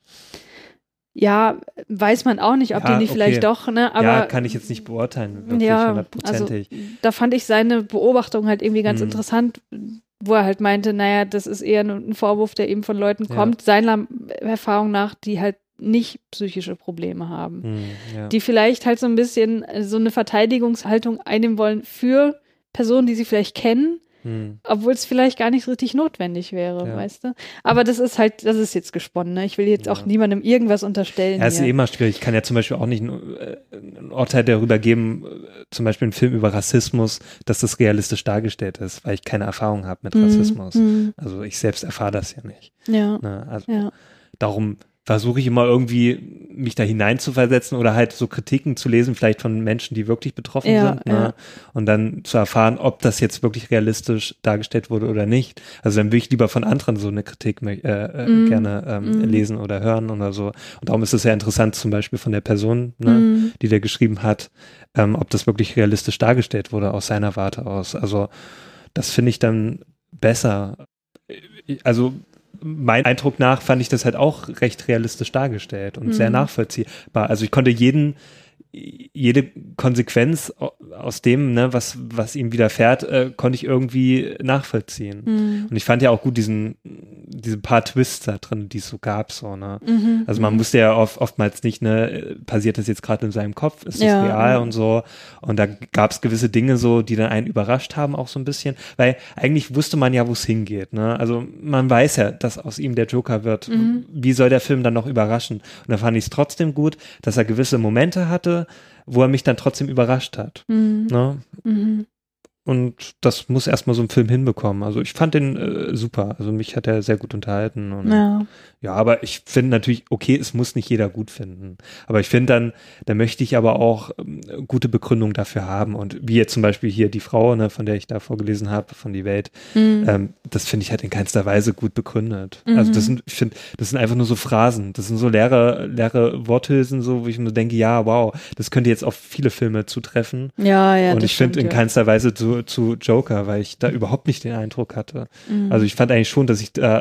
Ja, weiß man auch nicht, ob die nicht vielleicht doch, ne? Aber ja, kann ich jetzt nicht beurteilen, wirklich hundertprozentig. Also, da fand ich seine Beobachtung halt irgendwie ganz interessant, wo er halt meinte, naja, das ist eher ein Vorwurf, der eben von Leuten kommt, seiner Erfahrung nach, die halt nicht psychische Probleme haben. Die vielleicht halt so ein bisschen so eine Verteidigungshaltung einnehmen wollen für Personen, die sie vielleicht kennen, obwohl es vielleicht gar nicht so richtig notwendig wäre, weißt du? Aber das ist jetzt gesponnen, ne? Ich will jetzt auch niemandem irgendwas unterstellen. Ja, es ist eh immer schwierig. Ich kann ja zum Beispiel auch nicht ein Urteil darüber geben, zum Beispiel einen Film über Rassismus, dass das realistisch dargestellt ist, weil ich keine Erfahrung habe mit Rassismus. Also ich selbst erfahre das ja nicht. Ja. Ne? Also darum versuche ich immer irgendwie, mich da hineinzuversetzen oder halt so Kritiken zu lesen, vielleicht von Menschen, die wirklich betroffen sind, ne? Und dann zu erfahren, ob das jetzt wirklich realistisch dargestellt wurde oder nicht. Also dann würde ich lieber von anderen so eine Kritik gerne lesen oder hören oder so. Und darum ist es sehr interessant, zum Beispiel von der Person, ne, die der geschrieben hat, ob das wirklich realistisch dargestellt wurde aus seiner Warte aus. Also das finde ich dann besser. Also mein Eindruck nach fand ich das halt auch recht realistisch dargestellt und sehr nachvollziehbar. Also ich konnte jede Konsequenz aus dem, ne, was ihm widerfährt, konnte ich irgendwie nachvollziehen. Und ich fand ja auch gut diese paar Twists da drin, die es so gab, so, ne. Also man wusste ja oftmals nicht, ne, passiert das jetzt gerade in seinem Kopf, ist das real und so. Und da gab es gewisse Dinge so, die dann einen überrascht haben auch so ein bisschen, weil eigentlich wusste man ja, wo es hingeht, ne. Also man weiß ja, dass aus ihm der Joker wird. Wie soll der Film dann noch überraschen? Und da fand ich es trotzdem gut, dass er gewisse Momente hatte, wo er mich dann trotzdem überrascht hat. Ne? Und das muss erstmal so ein Film hinbekommen. Also ich fand den super. Also mich hat er sehr gut unterhalten. Und ja, aber ich finde natürlich, okay, es muss nicht jeder gut finden. Aber ich finde da möchte ich aber auch gute Begründung dafür haben. Und wie jetzt zum Beispiel hier die Frau, ne, von der ich da vorgelesen habe, von Die Welt, das finde ich halt in keinster Weise gut begründet. Also ich finde, das sind einfach nur so Phrasen. Das sind so leere Worthülsen, so, wo ich mir denke, ja, wow, das könnte jetzt auf viele Filme zutreffen. Ja, und ich finde in keinster Weise zu Joker, weil ich da überhaupt nicht den Eindruck hatte. Also ich fand eigentlich schon, dass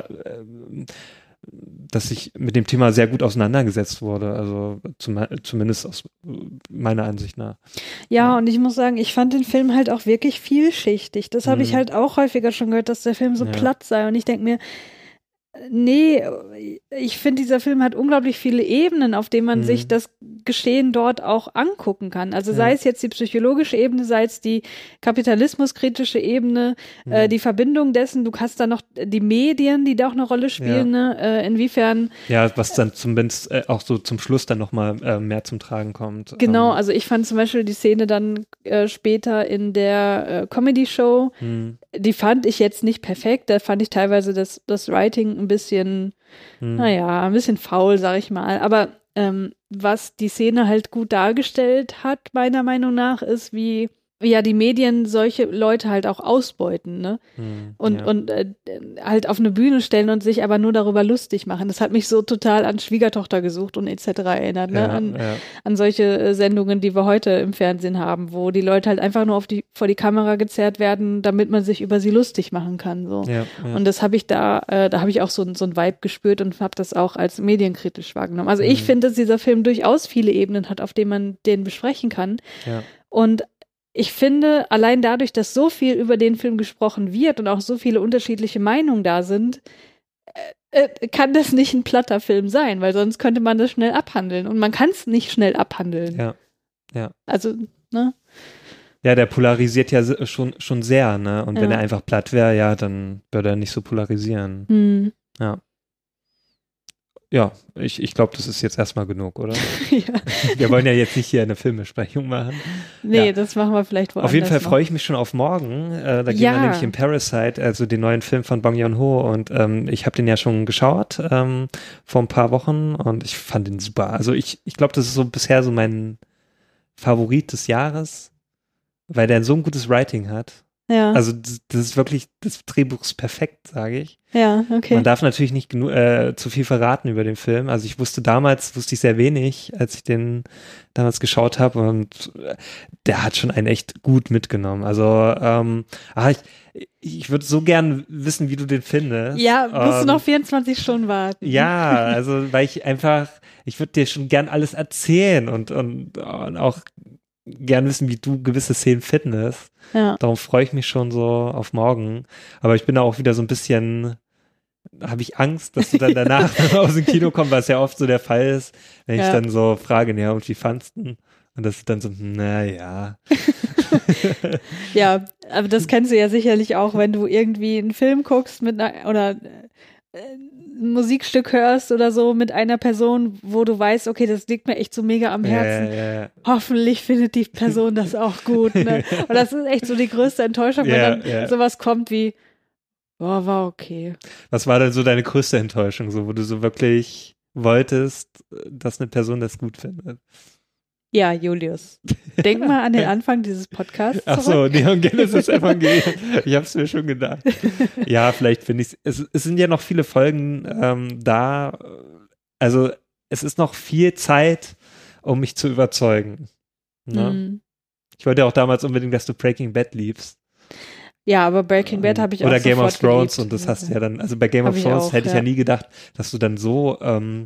ich mit dem Thema sehr gut auseinandergesetzt wurde, also zumindest aus meiner Ansicht nach. Ja, und ich muss sagen, ich fand den Film halt auch wirklich vielschichtig. Das habe ich halt auch häufiger schon gehört, dass der Film so platt sei. Und ich denke mir, nee, ich finde, dieser Film hat unglaublich viele Ebenen, auf denen man sich das Geschehen dort auch angucken kann. Also sei es jetzt die psychologische Ebene, sei es die kapitalismuskritische Ebene, die Verbindung dessen, du hast da noch die Medien, die da auch eine Rolle spielen, ne? Inwiefern. Ja, was dann zumindest auch so zum Schluss dann nochmal mehr zum Tragen kommt. Genau, also ich fand zum Beispiel die Szene dann später in der Comedy-Show, die fand ich jetzt nicht perfekt, da fand ich teilweise das Writing ein bisschen, ein bisschen faul, sag ich mal. Aber was die Szene halt gut dargestellt hat, meiner Meinung nach, ist, wie ja die Medien solche Leute halt auch ausbeuten, ne? Und halt auf eine Bühne stellen und sich aber nur darüber lustig machen. Das hat mich so total an Schwiegertochter gesucht und etc. erinnert, ne? An solche Sendungen, die wir heute im Fernsehen haben, wo die Leute halt einfach nur vor die Kamera gezerrt werden, damit man sich über sie lustig machen kann. So. Ja. Und das habe ich da habe ich auch so ein Vibe gespürt und habe das auch als medienkritisch wahrgenommen. Also ich finde, dass dieser Film durchaus viele Ebenen hat, auf denen man den besprechen kann. Ja. Und ich finde, allein dadurch, dass so viel über den Film gesprochen wird und auch so viele unterschiedliche Meinungen da sind, kann das nicht ein platter Film sein, weil sonst könnte man das schnell abhandeln. Und man kann es nicht schnell abhandeln. Ja. Also, ne? Ja, der polarisiert ja schon sehr, ne? Und wenn er einfach platt wäre, ja, dann würde er nicht so polarisieren. Ja. Ja, ich glaube, das ist jetzt erstmal genug, oder? Ja. Wir wollen ja jetzt nicht hier eine Filmbesprechung machen. Nee, das machen wir vielleicht woanders. Auf jeden Fall noch. freue ich mich schon auf morgen. Da gehen wir nämlich in Parasite, also den neuen Film von Bong Joon-ho. Und ich habe den ja schon geschaut vor ein paar Wochen und ich fand den super. Also ich glaube, das ist so bisher so mein Favorit des Jahres, weil der so ein gutes Writing hat. Ja. Also das ist wirklich, das Drehbuch ist perfekt, sage ich. Ja, okay. Man darf natürlich nicht zu viel verraten über den Film. Also ich wusste ich sehr wenig, als ich den damals geschaut habe und der hat schon einen echt gut mitgenommen. Also ich würde so gern wissen, wie du den findest. Ja, musst du noch 24 Stunden warten. Ja, also weil ich würde dir schon gern alles erzählen und auch gern wissen, wie du gewisse Szenen findest. Ja. Darum freue ich mich schon so auf morgen. Aber ich bin da auch wieder so ein bisschen, habe ich Angst, dass du dann danach aus dem Kino kommst, was ja oft so der Fall ist, wenn ich dann so frage, ja, und wie fandst du? Und das ist dann so, naja. Ja, aber das kennst du ja sicherlich auch, wenn du irgendwie einen Film guckst oder ein Musikstück hörst oder so mit einer Person, wo du weißt, okay, das liegt mir echt so mega am Herzen. Ja. Hoffentlich findet die Person das auch gut. Ne? Und das ist echt so die größte Enttäuschung, wenn dann sowas kommt wie, war okay. Was war denn so deine größte Enttäuschung, so wo du so wirklich wolltest, dass eine Person das gut findet? Ja, Julius. Denk mal an den Anfang dieses Podcasts. Ach so, Neon Genesis Evangelion. Ich habe es mir schon gedacht. Ja, vielleicht finde ich es sind ja noch viele Folgen da. Also es ist noch viel Zeit, um mich zu überzeugen. Ne? Ich wollte ja auch damals unbedingt, dass du Breaking Bad liebst. Ja, aber Breaking Bad habe ich auch Oder Game of Thrones geliebt. Und das hast du ja dann, also bei Game of Thrones hätte ich ja nie gedacht, dass du dann so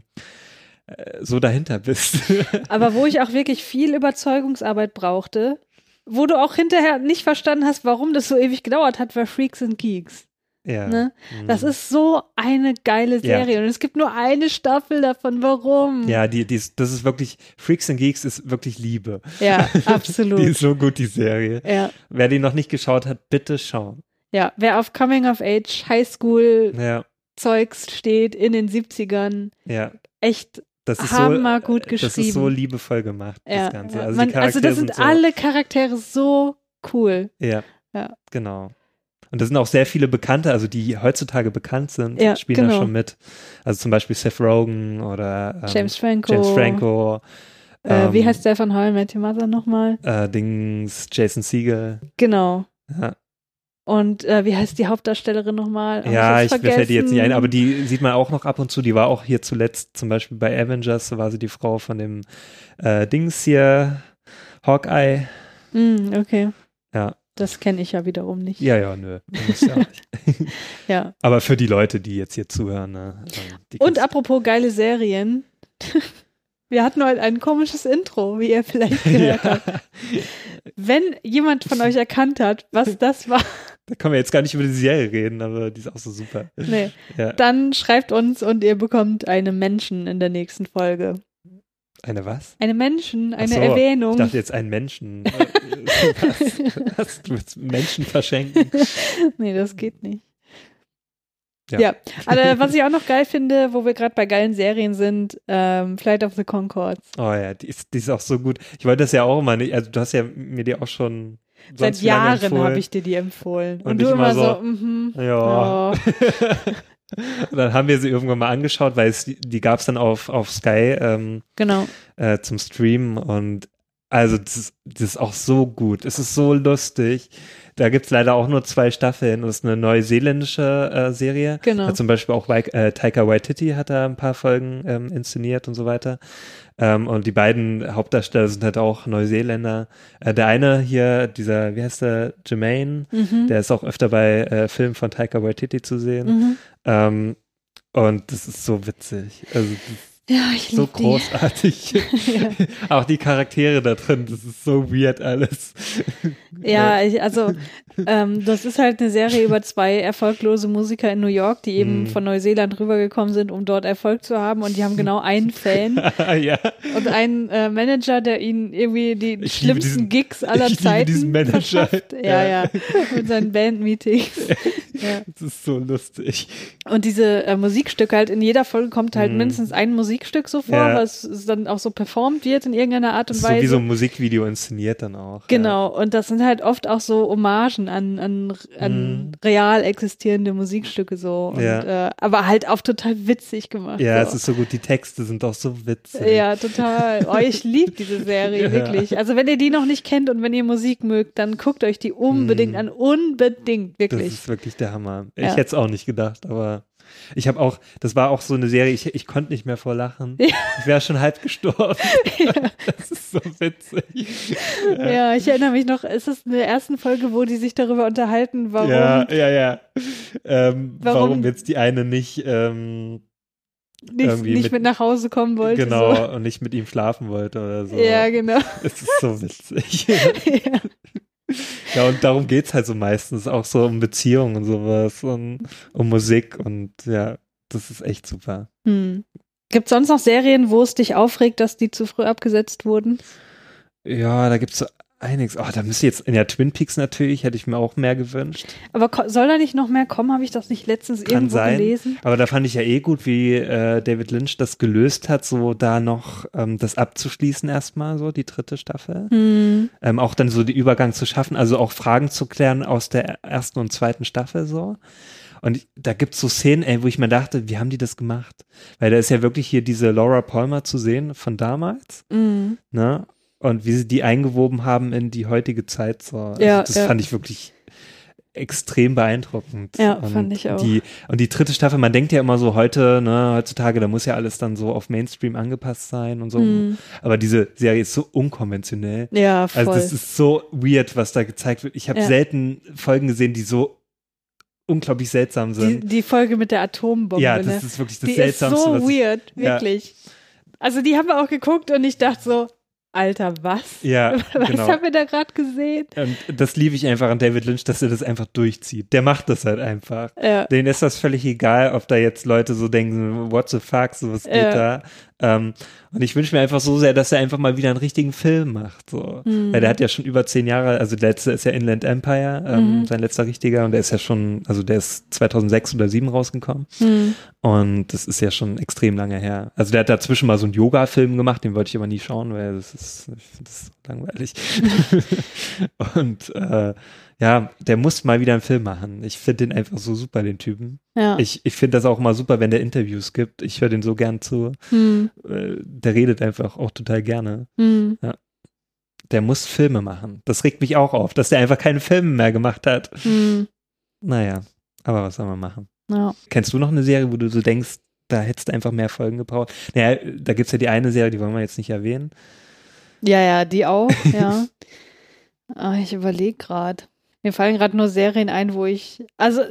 dahinter bist. Aber wo ich auch wirklich viel Überzeugungsarbeit brauchte, wo du auch hinterher nicht verstanden hast, warum das so ewig gedauert hat, war Freaks and Geeks. Ja. Ne? Das ist so eine geile Serie und es gibt nur eine Staffel davon. Warum? Ja, das ist wirklich, Freaks and Geeks ist wirklich Liebe. Ja, absolut. Die ist so gut, die Serie. Ja. Wer die noch nicht geschaut hat, bitte schauen. Ja, wer auf Coming of Age, Highschool Zeugs steht in den 70ern, echt hammer gut geschrieben. Das ist so liebevoll gemacht, das Ganze. Ja. Also das sind alle Charaktere so cool. Ja, genau. Und da sind auch sehr viele Bekannte, also die heutzutage bekannt sind, spielen da schon mit. Also zum Beispiel Seth Rogen oder James Franco. Wie heißt der von How I Met Your Mother nochmal? Jason Segel. Genau. Ja. Und wie heißt die Hauptdarstellerin nochmal? Mir fällt die jetzt nicht ein, aber die sieht man auch noch ab und zu. Die war auch hier zuletzt, zum Beispiel bei Avengers, war sie die Frau von dem Dings hier, Hawkeye. Okay. Ja. Das kenne ich ja wiederum nicht. Ja, nö. Muss ja auch nicht. Ja. Aber für die Leute, die jetzt hier zuhören. Ne, und apropos geile Serien. Wir hatten heute ein komisches Intro, wie ihr vielleicht gehört habt. Wenn jemand von euch erkannt hat, was das war. Da können wir jetzt gar nicht über die Serie reden, aber die ist auch so super. Nee. Ja. Dann schreibt uns und ihr bekommt einen Menschen in der nächsten Folge. Eine was? Eine Menschen, eine Erwähnung. Ich dachte jetzt einen Menschen. Was? Du willst Menschen verschenken? Nee, das geht nicht. Ja. Also, was ich auch noch geil finde, wo wir gerade bei geilen Serien sind, Flight of the Conchords. Oh ja, die ist auch so gut. Ich wollte das ja auch immer nicht, also du hast ja mir die auch schon seit Jahren habe ich dir die empfohlen. Und du immer so ja. Und dann haben wir sie irgendwann mal angeschaut, weil die gab es dann auf Sky genau. Zum Streamen und Also das ist auch so gut. Es ist so lustig. Da gibt es leider auch nur 2 Staffeln. Das ist eine neuseeländische Serie. Genau. Hat zum Beispiel auch Taika Waititi hat da ein paar Folgen inszeniert und so weiter. Und die beiden Hauptdarsteller sind halt auch Neuseeländer. Der eine hier, dieser, wie heißt der, Jermaine, der ist auch öfter bei Filmen von Taika Waititi zu sehen. Und das ist so witzig. Also ja, ich so lieb die. großartig. Ja. Auch die Charaktere da drin, das ist so weird alles. Ja, das ist halt eine Serie über 2 erfolglose Musiker in New York, die eben von Neuseeland rübergekommen sind, um dort Erfolg zu haben. Und die haben genau einen Fan Ja. und einen Manager, der ihnen irgendwie die schlimmsten Gigs aller ich liebe Zeiten diesen Manager. verschafft. Ja, mit seinen Bandmeetings. Ja. Das ist so lustig. Und diese Musikstücke halt, in jeder Folge kommt halt mindestens ein Musikstück so vor, Ja. was dann auch so performt wird in irgendeiner Art und So Weise. wie so ein Musikvideo inszeniert dann auch. Genau, und das sind halt oft auch so Hommagen an real existierende Musikstücke so. Und, Ja. Aber halt auch total witzig gemacht. Ja, so. es ist so gut, die Texte sind auch so witzig. Ja, total. Oh, ich liebe diese Serie, Ja. wirklich. Also wenn ihr die noch nicht kennt und wenn ihr Musik mögt, dann guckt euch die unbedingt an. Unbedingt, Das wirklich. ist wirklich der Hammer. Ich Ja. hätte es auch nicht gedacht, aber ich habe auch, das war auch so eine Serie, ich konnte nicht mehr vor Lachen. Ja. Ich wäre schon halb gestorben. Das ist so witzig. Ja, ich erinnere mich noch, ist es in der ersten Folge, wo die sich darüber unterhalten, warum Ja. Warum jetzt die eine nicht irgendwie nicht mit nach Hause kommen wollte. genau, So. und nicht mit ihm schlafen wollte oder so. Ja, genau. Es ist so witzig. Ja. Ja, und darum geht's halt so meistens, auch so um Beziehungen und sowas und um Musik und ja, das ist echt super. Gibt es sonst noch Serien, wo es dich aufregt, dass die zu früh abgesetzt wurden? Ja, da gibt's so einiges. Oh, da müsste jetzt, in der Twin Peaks natürlich, hätte ich mir auch mehr gewünscht. Aber soll da nicht noch mehr kommen? Habe ich das nicht letztens Kann irgendwo sein. gelesen? Aber da fand ich ja gut, wie David Lynch das gelöst hat, so da noch das abzuschließen erstmal, so die 3. Staffel. Auch dann so den Übergang zu schaffen, also auch Fragen zu klären aus der 1. und 2. Staffel so. Und da gibt's so Szenen, wo ich mir dachte, wie haben die das gemacht? Weil da ist ja wirklich hier diese Laura Palmer zu sehen von damals, ne? Und wie sie die eingewoben haben in die heutige Zeit so. Also Ja, das ja. fand ich wirklich extrem beeindruckend. Ja, und fand ich auch. Die 3. Staffel, man denkt ja immer so heutzutage, da muss ja alles dann so auf Mainstream angepasst sein und so. Aber diese Serie ist so unkonventionell. Ja, voll. Also das ist so weird, was da gezeigt wird. Ich habe selten Folgen gesehen, die so unglaublich seltsam sind. Die Folge mit der Atombombe, Ja, das ne? ist wirklich das Die Seltsamste. ist so was weird, wirklich. Also die haben wir auch geguckt und ich dachte so, Alter, was? Ja, Was genau. haben wir da gerade gesehen? Und das liebe ich einfach an David Lynch, dass er das einfach durchzieht. Der macht das halt einfach. Ja. Denen ist das völlig egal, ob da jetzt Leute so denken, what the fuck, so was geht da. Und ich wünsche mir einfach so sehr, dass er einfach mal wieder einen richtigen Film macht. So. Weil der hat ja schon über 10 Jahre, also der letzte ist ja Inland Empire, sein letzter richtiger, und der ist ja schon, also der ist 2006 oder 2007 rausgekommen. Und das ist ja schon extrem lange her. Also der hat dazwischen mal so einen Yoga-Film gemacht, den wollte ich aber nie schauen, weil ich finde das langweilig. Und ja, der muss mal wieder einen Film machen. Ich finde den einfach so super, den Typen. Ja. Ich finde das auch mal super, wenn der Interviews gibt. Ich höre den so gern zu. Der redet einfach auch total gerne. Ja. Der muss Filme machen. Das regt mich auch auf, dass der einfach keine Filme mehr gemacht hat. Naja, aber was soll man machen? Ja. Kennst du noch eine Serie, wo du so denkst, da hättest du einfach mehr Folgen gebraucht? Naja, da gibt es ja die eine Serie, die wollen wir jetzt nicht erwähnen. Ja, die auch, ja. Ich überlege gerade. Mir fallen gerade nur Serien ein, wo ich, also,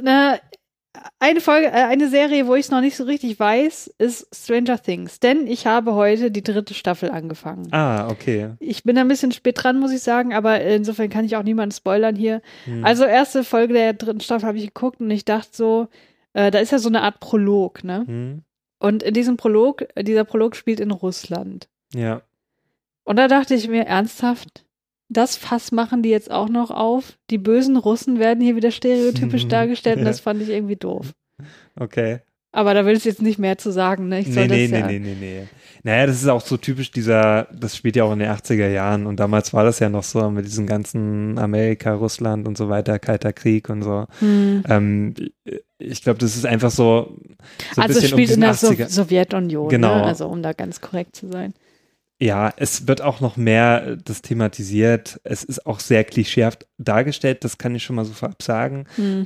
eine Serie, wo ich es noch nicht so richtig weiß, ist Stranger Things. Denn ich habe heute die 3. Staffel angefangen. Ah, okay. Ich bin ein bisschen spät dran, muss ich sagen, aber insofern kann ich auch niemanden spoilern hier. Also, erste Folge der 3. Staffel habe ich geguckt und ich dachte so, da ist ja so eine Art Prolog, ne? Und in diesem Prolog, dieser Prolog spielt in Russland. Ja. Und da dachte ich mir, ernsthaft? Das Fass machen die jetzt auch noch auf. Die bösen Russen werden hier wieder stereotypisch dargestellt und das fand ich irgendwie doof. Okay. Aber da will ich jetzt nicht mehr zu sagen, ne? Nee. Naja, das ist auch so typisch das spielt ja auch in den 80er Jahren und damals war das ja noch so mit diesem ganzen Amerika, Russland und so weiter, Kalter Krieg und so. Ich glaube, das ist einfach so ein also bisschen es spielt um in der diesen 80er. Sowjetunion, Genau. ne? Also um da ganz korrekt zu sein. Ja, es wird auch noch mehr das thematisiert. Es ist auch sehr klischeehaft dargestellt, das kann ich schon mal so vorab sagen.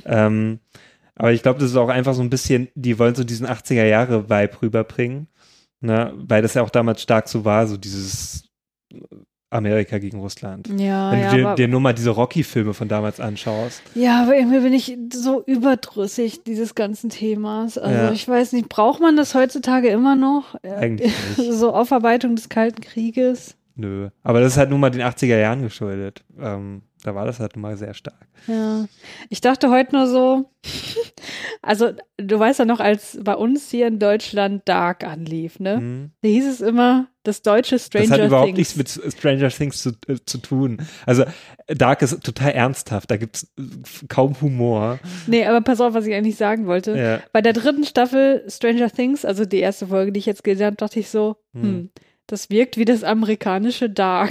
Aber ich glaube, das ist auch einfach so ein bisschen, die wollen so diesen 80er-Jahre-Vibe rüberbringen, ne? Weil das ja auch damals stark so war, so dieses Amerika gegen Russland. Ja, Wenn du dir nur mal diese Rocky-Filme von damals anschaust. Ja, aber irgendwie bin ich so überdrüssig dieses ganzen Themas. Also ich weiß nicht, braucht man das heutzutage immer noch? Eigentlich nicht. So Aufarbeitung des Kalten Krieges? Nö. Aber das ist halt nun mal den 80er Jahren geschuldet. Da war das halt nun mal sehr stark. Ja. Ich dachte heute nur so, also du weißt ja noch, als bei uns hier in Deutschland Dark anlief, ne? Da hieß es immer, das deutsche Stranger Things. Das hat überhaupt nichts mit Stranger Things zu tun. Also Dark ist total ernsthaft, da gibt es kaum Humor. Nee, aber pass auf, was ich eigentlich sagen wollte. Ja. Bei der 3. Staffel Stranger Things, also die erste Folge, die ich jetzt gesehen habe, dachte ich so, das wirkt wie das amerikanische Dark.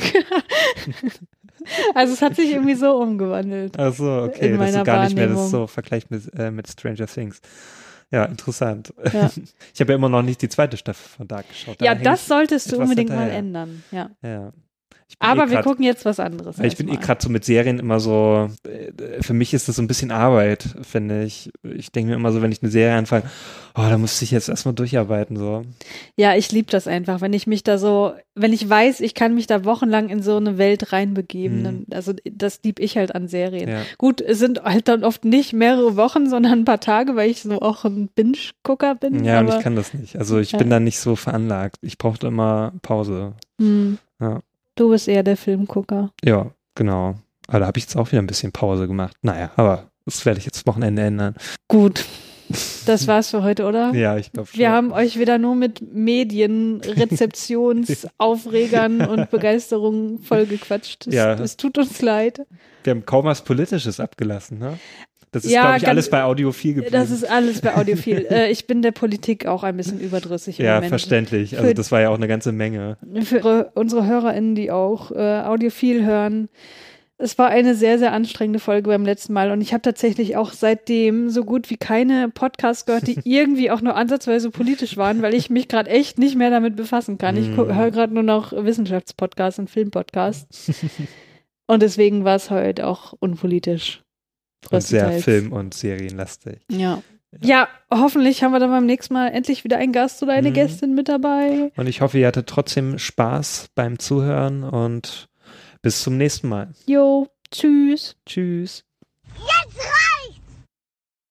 Also es hat sich irgendwie so umgewandelt. Ach so, okay, dass du gar nicht mehr das so vergleicht mit Stranger Things. Ja, interessant. Ja. Ich habe ja immer noch nicht die 2. Staffel von Dark geschaut. Ja, das solltest du unbedingt mal ändern. Ja. Aber wir gucken jetzt was anderes. Ich bin gerade so mit Serien immer so, für mich ist das so ein bisschen Arbeit, finde ich. Ich denke mir immer so, wenn ich eine Serie anfange, da muss ich jetzt erstmal durcharbeiten. So. Ja, ich liebe das einfach, wenn ich weiß, ich kann mich da wochenlang in so eine Welt reinbegeben. Also das liebe ich halt an Serien. Ja. Gut, es sind halt dann oft nicht mehrere Wochen, sondern ein paar Tage, weil ich so auch ein Binge-Gucker bin. Ja, und ich kann das nicht. Also ich bin da nicht so veranlagt. Ich brauche immer Pause. Ja. Du bist eher der Filmgucker. Ja, genau. Aber da habe ich jetzt auch wieder ein bisschen Pause gemacht. Naja, aber das werde ich jetzt Wochenende ändern. Gut. Das war's für heute, oder? Ja, ich glaube schon. Wir haben euch wieder nur mit Medien, Rezeptionsaufregern und Begeisterung vollgequatscht. Es tut uns leid. Wir haben kaum was Politisches abgelassen, ne? Das ist, glaube ich, alles bei Audiophil geblieben. Das ist alles bei Audiophil. Ich bin der Politik auch ein bisschen überdrüssig im Moment. Ja, verständlich. Also das war ja auch eine ganze Menge. Für unsere HörerInnen, die auch Audiophil hören, es war eine sehr, sehr anstrengende Folge beim letzten Mal und ich habe tatsächlich auch seitdem so gut wie keine Podcasts gehört, die irgendwie auch nur ansatzweise politisch waren, weil ich mich gerade echt nicht mehr damit befassen kann. Ich höre gerade nur noch Wissenschaftspodcasts und Filmpodcasts und deswegen war es heute auch unpolitisch. Und sehr Film- und Serienlastig. Ja, hoffentlich haben wir dann beim nächsten Mal endlich wieder einen Gast oder eine Gästin mit dabei. Und ich hoffe, ihr hattet trotzdem Spaß beim Zuhören und bis zum nächsten Mal. Jo, tschüss. Tschüss. Jetzt